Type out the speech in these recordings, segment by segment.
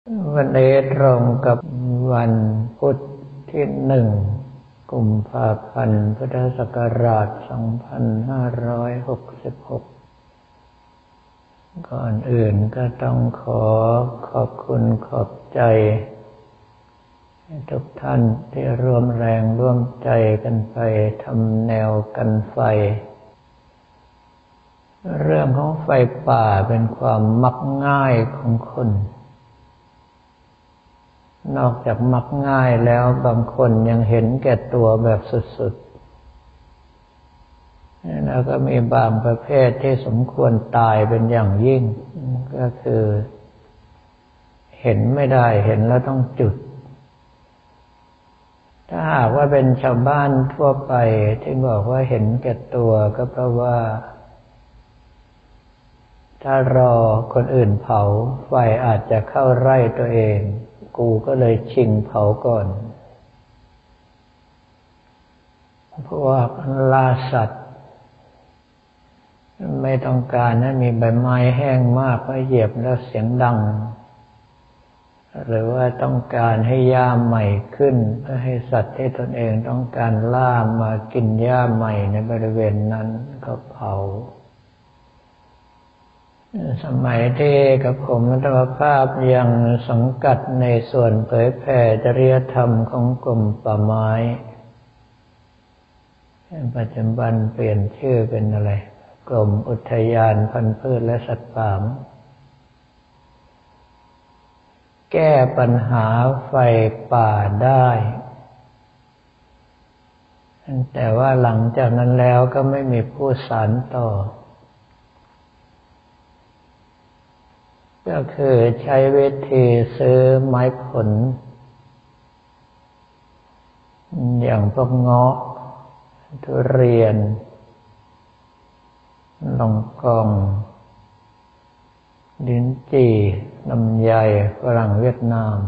วันนี้ตรงกับวันพุธที่1 กุมภาพันธ์ พุทธศักราช 2566 ก่อนอื่นก็ต้องขอบคุณขอบใจทุกท่านที่ร่วมแรงร่วมใจกันไปทำแนวกันไฟเรื่องของไฟป่าเป็นความมักง่ายของคนนอกจากมักง่ายแล้วบางคนยังเห็นแก่ตัวแบบสุดๆแล้วก็มีบางประเภทที่สมควรตายเป็นอย่างยิ่งก็คือเห็นไม่ได้เห็นแล้วต้องจุดถ้าหากว่าเป็นชาวบ้านทั่วไปที่บอกว่าเห็นแก่ตัวก็เพราะว่าถ้ารอคนอื่นเผาไฟอาจจะเข้าไร่ตัวเองกูก็เลยชิงเผาก่อนเพราะว่าล่าสัตว์ไม่ต้องการให้มีใบไม้แห้งมากเพราะเหยียบแล้วเสียงดังหรือว่าต้องการให้หญ้าใหม่ขึ้นเพื่อให้สัตว์ที่ตนเองต้องการล่ามากินหญ้าใหม่ในบริเวณนั้นก็เผาสมัยที่กับผมอัตมภาพยังสังกัดในส่วนเผยแผ่จริยธรรมของกรมป่าไม้ปัจจุบันเปลี่ยนชื่อเป็นอะไรกรมอุทยานพันธุ์พืชและสัตว์ป่าแก้ปัญหาไฟป่าได้แต่ว่าหลังจากนั้นแล้วก็ไม่มีผู้สานต่อก็คือใช้วิธีซื้อไม้ผลอย่างพวกเงาะทุเรียนลองกองลิ้นจี่ลำไยฝรั่งเวียดนาม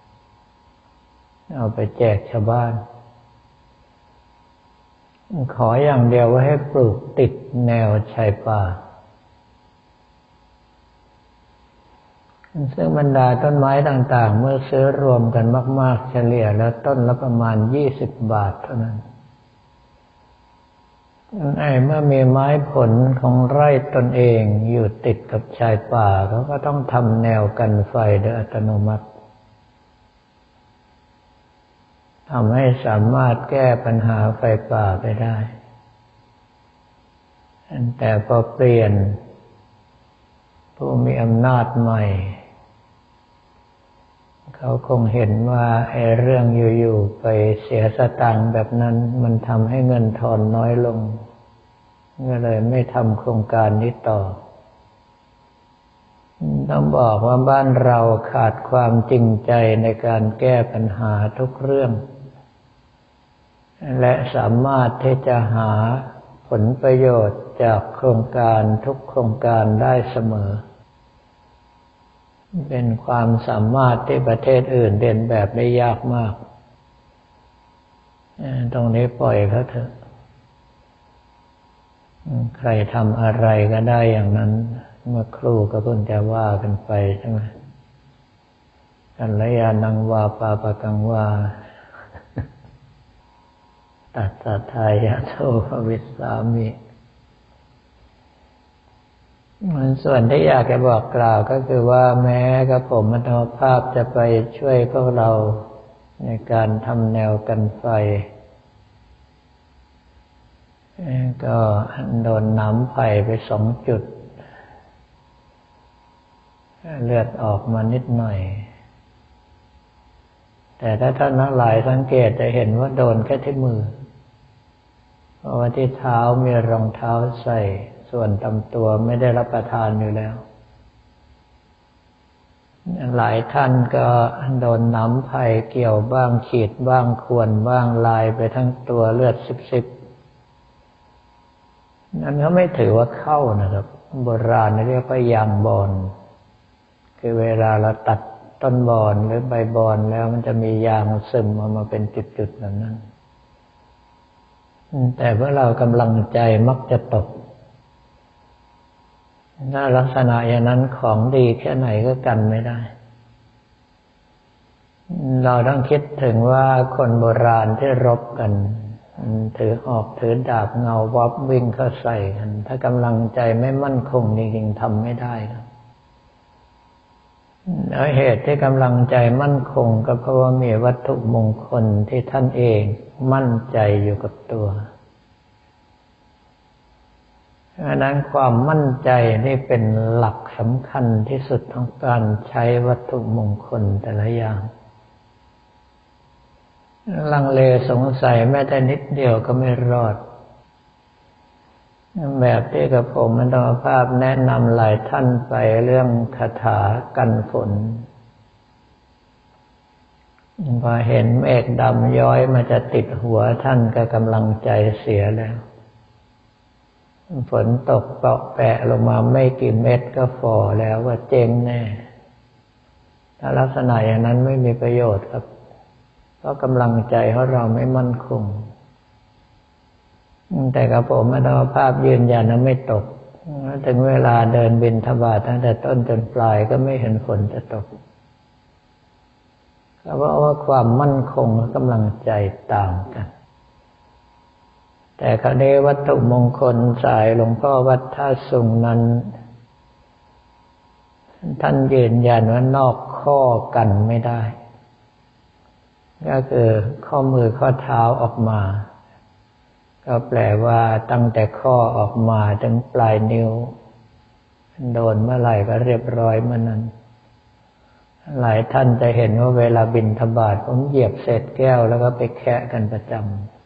เอาไปแจกชาวบ้านขออย่างเดียวว่าให้ปลูกติดแนวชายป่าซึ่งบรรดาต้นไม้ต่างๆเมื่อซื้อรวมกันมากๆเฉลี่ยแล้วต้นละประมาณ20 บาทเท่านั้นเมื่อมีไม้ผลของไร่ตนเองอยู่ติดกับชายป่าเขาก็ต้องทำแนวกันไฟโดยอัตโนมัติทำให้สามารถแก้ปัญหาไฟป่าไปได้แต่พอเปลี่ยนผู้มีอำนาจใหม่เขาคงเห็นว่าเรื่องอยู่ๆไปเสียสตางค์แบบนั้นมันทำให้เงินทอนน้อยลงก็เลยไม่ทำโครงการนี้ต่อต้องบอกว่าบ้านเราขาดความจริงใจในการแก้ปัญหาทุกเรื่องและสามารถที่จะหาผลประโยชน์จากโครงการทุกโครงการได้เสมอเป็นความสามารถที่ประเทศอื่นเรียนแบบได้ยากมากตรงนี้ปล่อยเขาเถอะใครทำอะไรก็ได้อย่างนั้นเมื่อครู่ก็เพิ่งจะว่ากันไปใช่ไหมกัลยาณังวาปาปะกังวาตัสสะทายะโสภวิสสามิส่วนที่อยากจะบอกกล่าวก็คือว่าแม้กับผมอัตมภาพจะไปช่วยพวกเราในการทำแนวกันไฟก็โดนน้ำไฟไป2 จุดเลือดออกมานิดหน่อยแต่ถ้าท่านทั้งหลายสังเกตจะเห็นว่าโดนแค่ที่มือเพราะว่าที่เท้ามีรองเท้าใส่ส่วนลำตัวไม่ได้รับประทานอยู่แล้วหลายท่านก็โดนน้ำไผ่เกี่ยวบ้างขีดบ้างข่วนบ้างลายไปทั้งตัวเลือดซิบๆนั้นเขาไม่ถือว่าเข้านะครับโบราณเรียกว่ายางบอนคือเวลาเราตัดต้นบอนหรือใบบอนแล้วมันจะมียางซึมออกมาเป็นจุดๆแบบนั้นแต่เมื่อเรากำลังใจมักจะตกถ้าลักษณะอย่างนั้นของดีแค่ไหนก็กันไม่ได้เราต้องคิดถึงว่าคนโบราณที่รบกันถือหอกถือดาบเงาวับวิ่งเข้าใส่กันถ้ากำลังใจไม่มั่นคงจริงๆทำไม่ได้ครับแล้วเหตุที่กำลังใจมั่นคงก็เพราะว่ามีวัตถุมงคลที่ท่านเองมั่นใจอยู่กับตัวดังนั้นความมั่นใจนี่เป็นหลักสำคัญที่สุดของการใช้วัตถุมงคลแต่ละอย่างลังเลสงสัยแม้แต่นิดเดียวก็ไม่รอดแบบที่กับผมมันต้องภาพแนะนำหลายท่านไปเรื่องคาถากันฝนพอเห็นเมฆดำย้อยมาจะติดหัวท่านก็กำลังใจเสียแล้วฝนตกเปาะแปะลงมาไม่กี่เม็ดก็ฝ่อแล้วว่าเจ๊งแน่ถ้าลักษณะอย่างนั้นไม่มีประโยชน์ครับเพราะกำลังใจของเราไม่มั่นคงแต่กับผมอัตมาภาพยืนยันว่าไม่ตกถึงเวลาเดินบิณฑบาตตั้งแต่ต้นจนปลายก็ไม่เห็นฝนจะตกเพราะว่าความมั่นคงและกำลังใจต่างกันแต่คราวนี้วัตถุมงคลสายหลวงพ่อวัดท่าสุงนั้นท่านยืนยันว่านอกข้อกันไม่ได้ก็คือข้อมือข้อเท้าออกมาก็แปลว่าตั้งแต่ข้อออกมาถึงปลายนิ้วโดนเมื่อไหร่ก็เรียบร้อยเมื่อนั้นหลายท่านจะเห็นว่าเวลาบิณฑบาตผมเหยียบเศษแก้วแล้วก็ไปแคะกันประจำ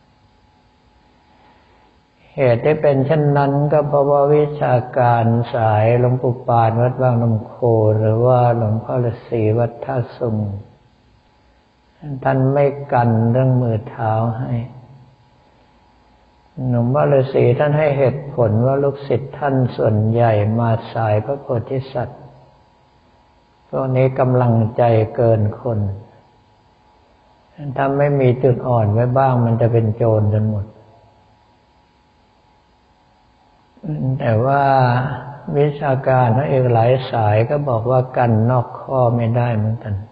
เหตุที่เป็นเช่นนั้นก็เพราะว่าวิชาการสายหลวงปู่ปานวัดบางนมโคหรือว่าหลวงพ่อฤาษีวัดท่าสุงท่านไม่กันเรื่องมือเท้าให้หลวงพ่อฤาษีท่านให้เหตุผลว่าลูกศิษย์ท่านส่วนใหญ่มาสายพระโพธิสัตว์พวกนี้กำลังใจเกินคนถ้าไม่มีจุดอ่อนไว้บ้างมันจะเป็นโจรกันหมดแต่ว่าวิชาการของอีกหลายสายก็บอกว่ากันนอกข้อไม่ได้เหมือนกัน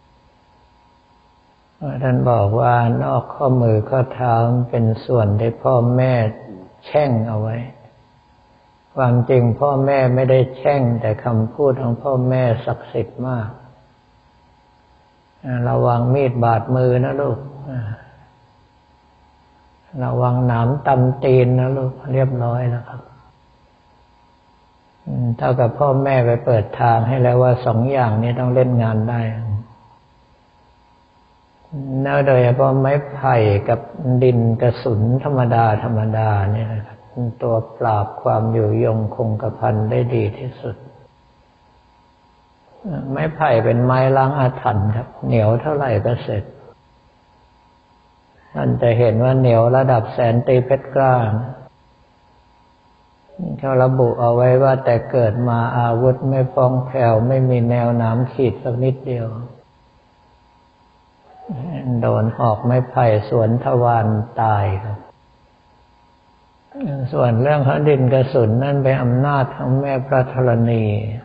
ท่านบอกว่านอกข้อมือข้อเท้าเป็นส่วนที่พ่อแม่แช่งเอาไว้ความจริงพ่อแม่ไม่ได้แช่งแต่คำพูดของพ่อแม่ศักดิ์สิทธิ์มากระวังมีดบาดมือนะลูกระวังหนามตำตีนนะลูกเรียบร้อยแล้วครับเท่ากับพ่อแม่ไปเปิดทางให้แล้วว่าสองอย่างนี้ต้องเล่นงานได้แล้วโดยเฉพาะไม้ไผ่กับดินกระสุนธรรมดาเนี่ยนะครับตัวปราบความอยู่ยงคงกระพันได้ดีที่สุดไม้ไผ่เป็นไม้ล้างอาถรรพ์ครับเหนียวเท่าไหร่ก็เสร็จท่านจะเห็นว่าเหนียวระดับแสนตีเพชรกล้าเขาระบุเอาไว้ว่าแต่เกิดมาอาวุธไม่ฟ้องแผ่วไม่มีแนวหนามขีดสักนิดเดียวโดนหอกไม้ไผ่สวนทวารตายครับส่วนเรื่องของดินกระสุนนั่นเป็นอำนาจของแม่พระธรณี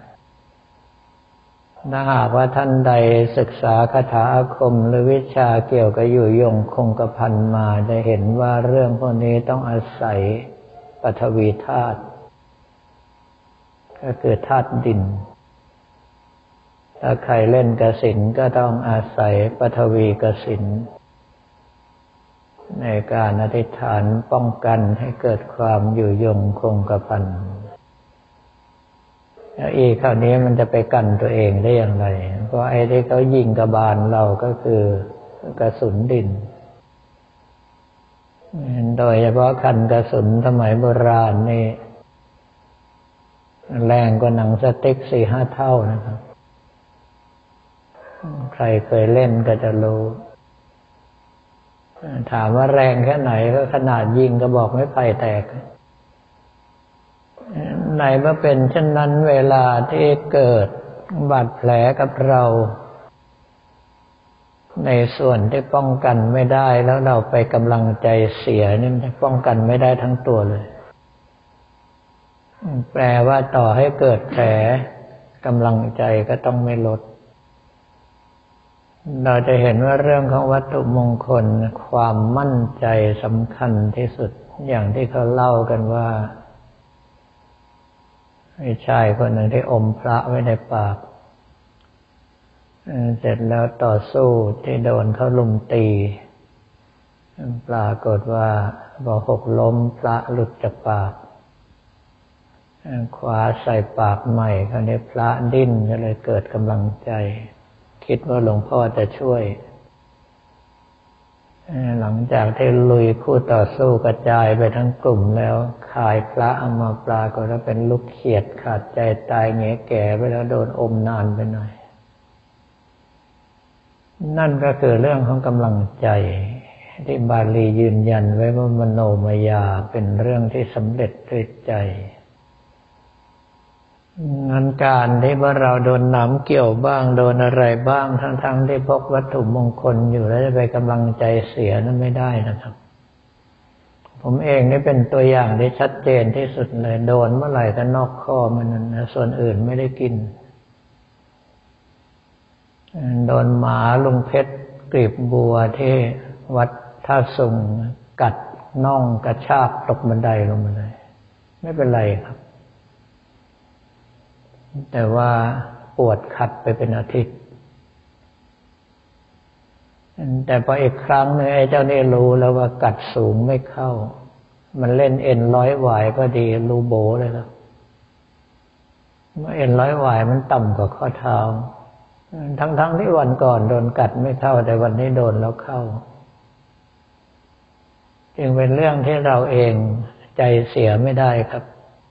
ถ้าหากว่าท่านใดศึกษาคาถาอาคมหรือวิชาเกี่ยวกับอยู่ยงคงกระพันมาจะเห็นว่าเรื่องพวกนี้ต้องอาศัยปฐวีธาตุก็คือธาตุดินถ้าใครเล่นกสิณก็ต้องอาศัยปฐวีกสิณในการอธิษฐานป้องกันให้เกิดความอยู่ยงคงกระพันแล้วอีกคราวนี้มันจะไปกันตัวเองได้อย่างไรเพราะไอ้ที่เขายิงกระบาลเราก็คือกระสุนดินโดยเฉพาะคันกระสุนสมัยโบราณนี่แรงกว่าหนังสติ๊ก 4-5 เท่านะครับใครเคยเล่นก็จะรู้ถามว่าแรงแค่ไหนก็ขนาดยิงกระบอกไม้ไผ่แตกในเมื่อเป็นเช่นนั้นเวลาที่เกิดบาดแผลกับเราในส่วนที่ป้องกันไม่ได้แล้วเราไปกำลังใจเสียนี่มันป้องกันไม่ได้ทั้งตัวเลยแปลว่าต่อให้เกิดแผลกำลังใจก็ต้องไม่ลดเราจะเห็นว่าเรื่องของวัตถุมงคลความมั่นใจสำคัญที่สุดอย่างที่เขาเล่ากันว่ามีชายคนหนึ่งที่อมพระไว้ในปากเสร็จแล้วต่อสู้ที่โดนเขาลุมตีปรากฏว่าพอหกล้มพระหลุดจากปากคว้าใส่ปากใหม่คราวนี้พระดิ้นก็เลยเกิดกำลังใจคิดว่าหลวงพ่อจะช่วยหลังจากที่ลุยคู่ต่อสู้กระจายไปทั้งกลุ่มแล้วขายพระเอามาปรากฏว่าเป็นลูกเขียดขาดใจตายแงแก่ไปแล้วโดนอมนานไปหน่อยนั่นก็คือเรื่องของกำลังใจที่บาลียืนยันไว้ว่ามโนมยาเป็นเรื่องที่สำเร็จด้วยใจงั้นการที่ว่าเราโดนน้ำเกี่ยวบ้างโดนอะไรบ้างทั้งที่พกวัตถุมงคลอยู่แล้วจะไปกำลังใจเสียนั้นไม่ได้นะครับผมเองนี่เป็นตัวอย่างที่ชัดเจนที่สุดเลยโดนเมื่อไหร่ก็นอกข้อมันนะส่วนอื่นไม่ได้กินโดนหมาลุงเพชรกลีบบัวที่วัดท่าสุงกัดน่องกระชากตกบันไดลงมาเลยไม่เป็นไรครับแต่ว่าปวดขัดไปเป็นอาทิตย์แต่พออีกครั้งนึงไอ้เจ้านี่รู้แล้วว่ากัดสูงไม่เข้ามันเล่นเอ็นร้อยหวายก็ดีรูโบเลยครับเมื่อเอ็นร้อยหวายมันต่ำกว่าข้อเท้าทั้งที่วันก่อนโดนกัดไม่เข้าแต่วันนี้โดนแล้วเข้าจึงเป็นเรื่องที่เราเองใจเสียไม่ได้ครับ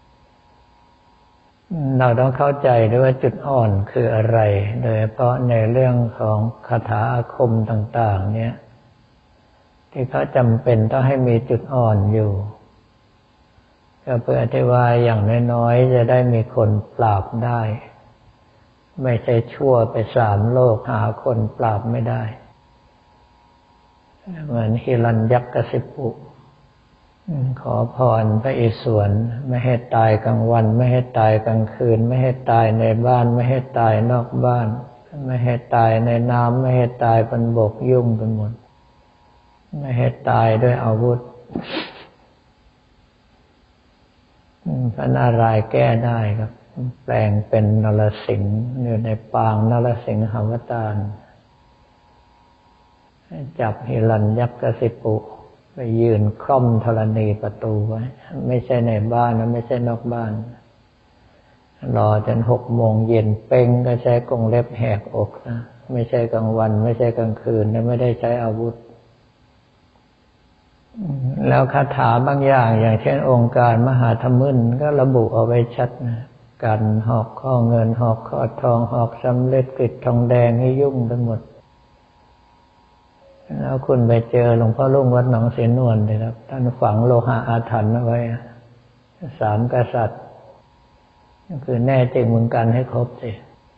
เราต้องเข้าใจด้วยว่าจุดอ่อนคืออะไรโดยเฉพาะในเรื่องของคาถาอาคมต่างๆเนี่ยที่เขาจำเป็นต้องให้มีจุดอ่อนอยู่ก็เพื่อที่ว่าอย่างน้อยๆจะได้มีคนปราบได้ไม่ใช่ชั่วไป3 โลกหาคนปราบไม่ได้เหมือนหิรัญยักษ์กสิปุขอพรพระอิศวรไม่ให้ตายกลางวันไม่ให้ตายกลางคืนไม่ให้ตายในบ้านไม่ให้ตายนอกบ้านไม่ให้ตายในน้ำไม่ให้ตายบนบกยุ่งไปหมดไม่ให้ตายด้วยอาวุธพระนารายณ์แก้ได้ครับแปลงเป็นนรสิงห์อยู่ในปางนรสิงหาวตารจับหิรัญยักษ์กสิปุไปยืนคล่อมธรณีประตูไว้ไม่ใช่ในบ้านนะไม่ใช่นอกบ้านรอจน6 โมงเย็นเป้งก็ใช้กรงเล็บแหกอกนะไม่ใช่กลางวันไม่ใช่กลางคืนและไม่ได้ใช้อาวุธแล้วคาถาบางอย่างเช่นองค์การมหาธมึนก็ระบุเอาไว้ชัดนะกันหอกข้อเงินหอกข้อทองหอกสำเร็จกฤษทองแดงให้ยุ่งไปหมดแล้วคุณไปเจอหลวงพ่อรุ่งวัดหนองเสนวนเลยครับท่านฝังโลหะอาถรรพ์เอาไว้3 กษัตริย์คือแน่จริงมึงกันให้ครบสิ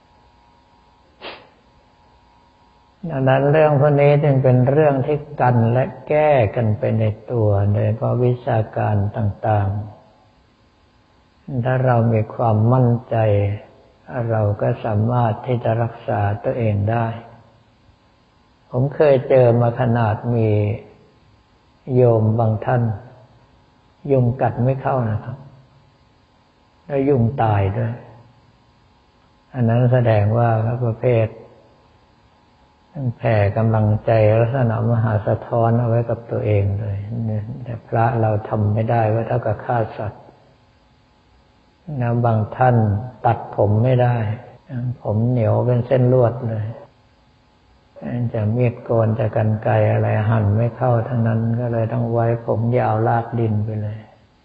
ดังนั้นเรื่องพวกนี้จึงเป็นเรื่องที่กันและแก้กันไปในตัวโดยเฉพาะวิชาการต่างๆถ้าเรามีความมั่นใจเราก็สามารถที่จะรักษาตัวเองได้ผมเคยเจอมาขนาดมีโยมบางท่านยุงกัดไม่เข้านะครับแล้วยุงตายด้วยอันนั้นแสดงว่าพระประเภทแผ่กำลังใจลักษณะมหาสะท้อนเอาไว้กับตัวเองเลยแต่พระเราทำไม่ได้ว่าเท่ากับฆ่าสัตว์แล้วบางท่านตัดผมไม่ได้ผมเหนียวเป็นเส้นลวดเลยจะมีดโกนจะกรรไกรอะไรหั่นไม่เข้าทั้งนั้นก็เลยต้องไว้ผมยาวลากดินไปเลย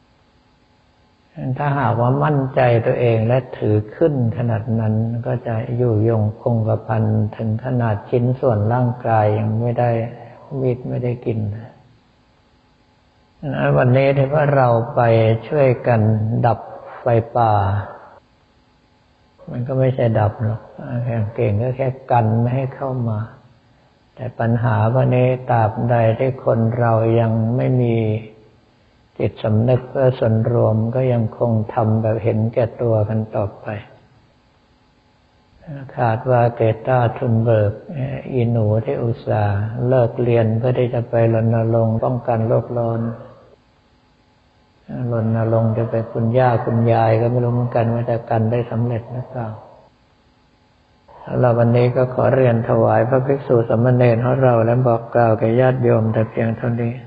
ถ้าหากว่ามั่นใจตัวเองและถือขึ้นขนาดนั้นก็จะอยู่ยงคงกระพันถึงขนาดชิ้นส่วนร่างกายยังไม่ได้มีดไม่ได้กินวันนี้ที่ว่าเราไปช่วยกันดับไฟป่ามันก็ไม่ใช่ดับหรอกเก่งก็แค่กันไม่ให้เข้ามาแต่ปัญหาวันนี้ตราบใดที่คนเรายังไม่มีจิตสำนึกเพื่อส่วนรวมก็ยังคงทำแบบเห็นแก่ตัวกันต่อไปขาดว่าเกตาทุนเบิกอีหนูที่อุตส่าห์เลิกเรียนเพื่อที่จะไปรณรงค์ป้องกันโลกร้อนรณรงค์จะไปคุณย่าคุณยายก็ไม่รู้เหมือนกันว่าจะกันได้สำเร็จหรือเปล่าเราวันนี้ก็ขอเรียนถวายพระภิกษุสามเณรของเราและบอกกล่าวแก่ญาติโยมแต่เพียงเท่านี้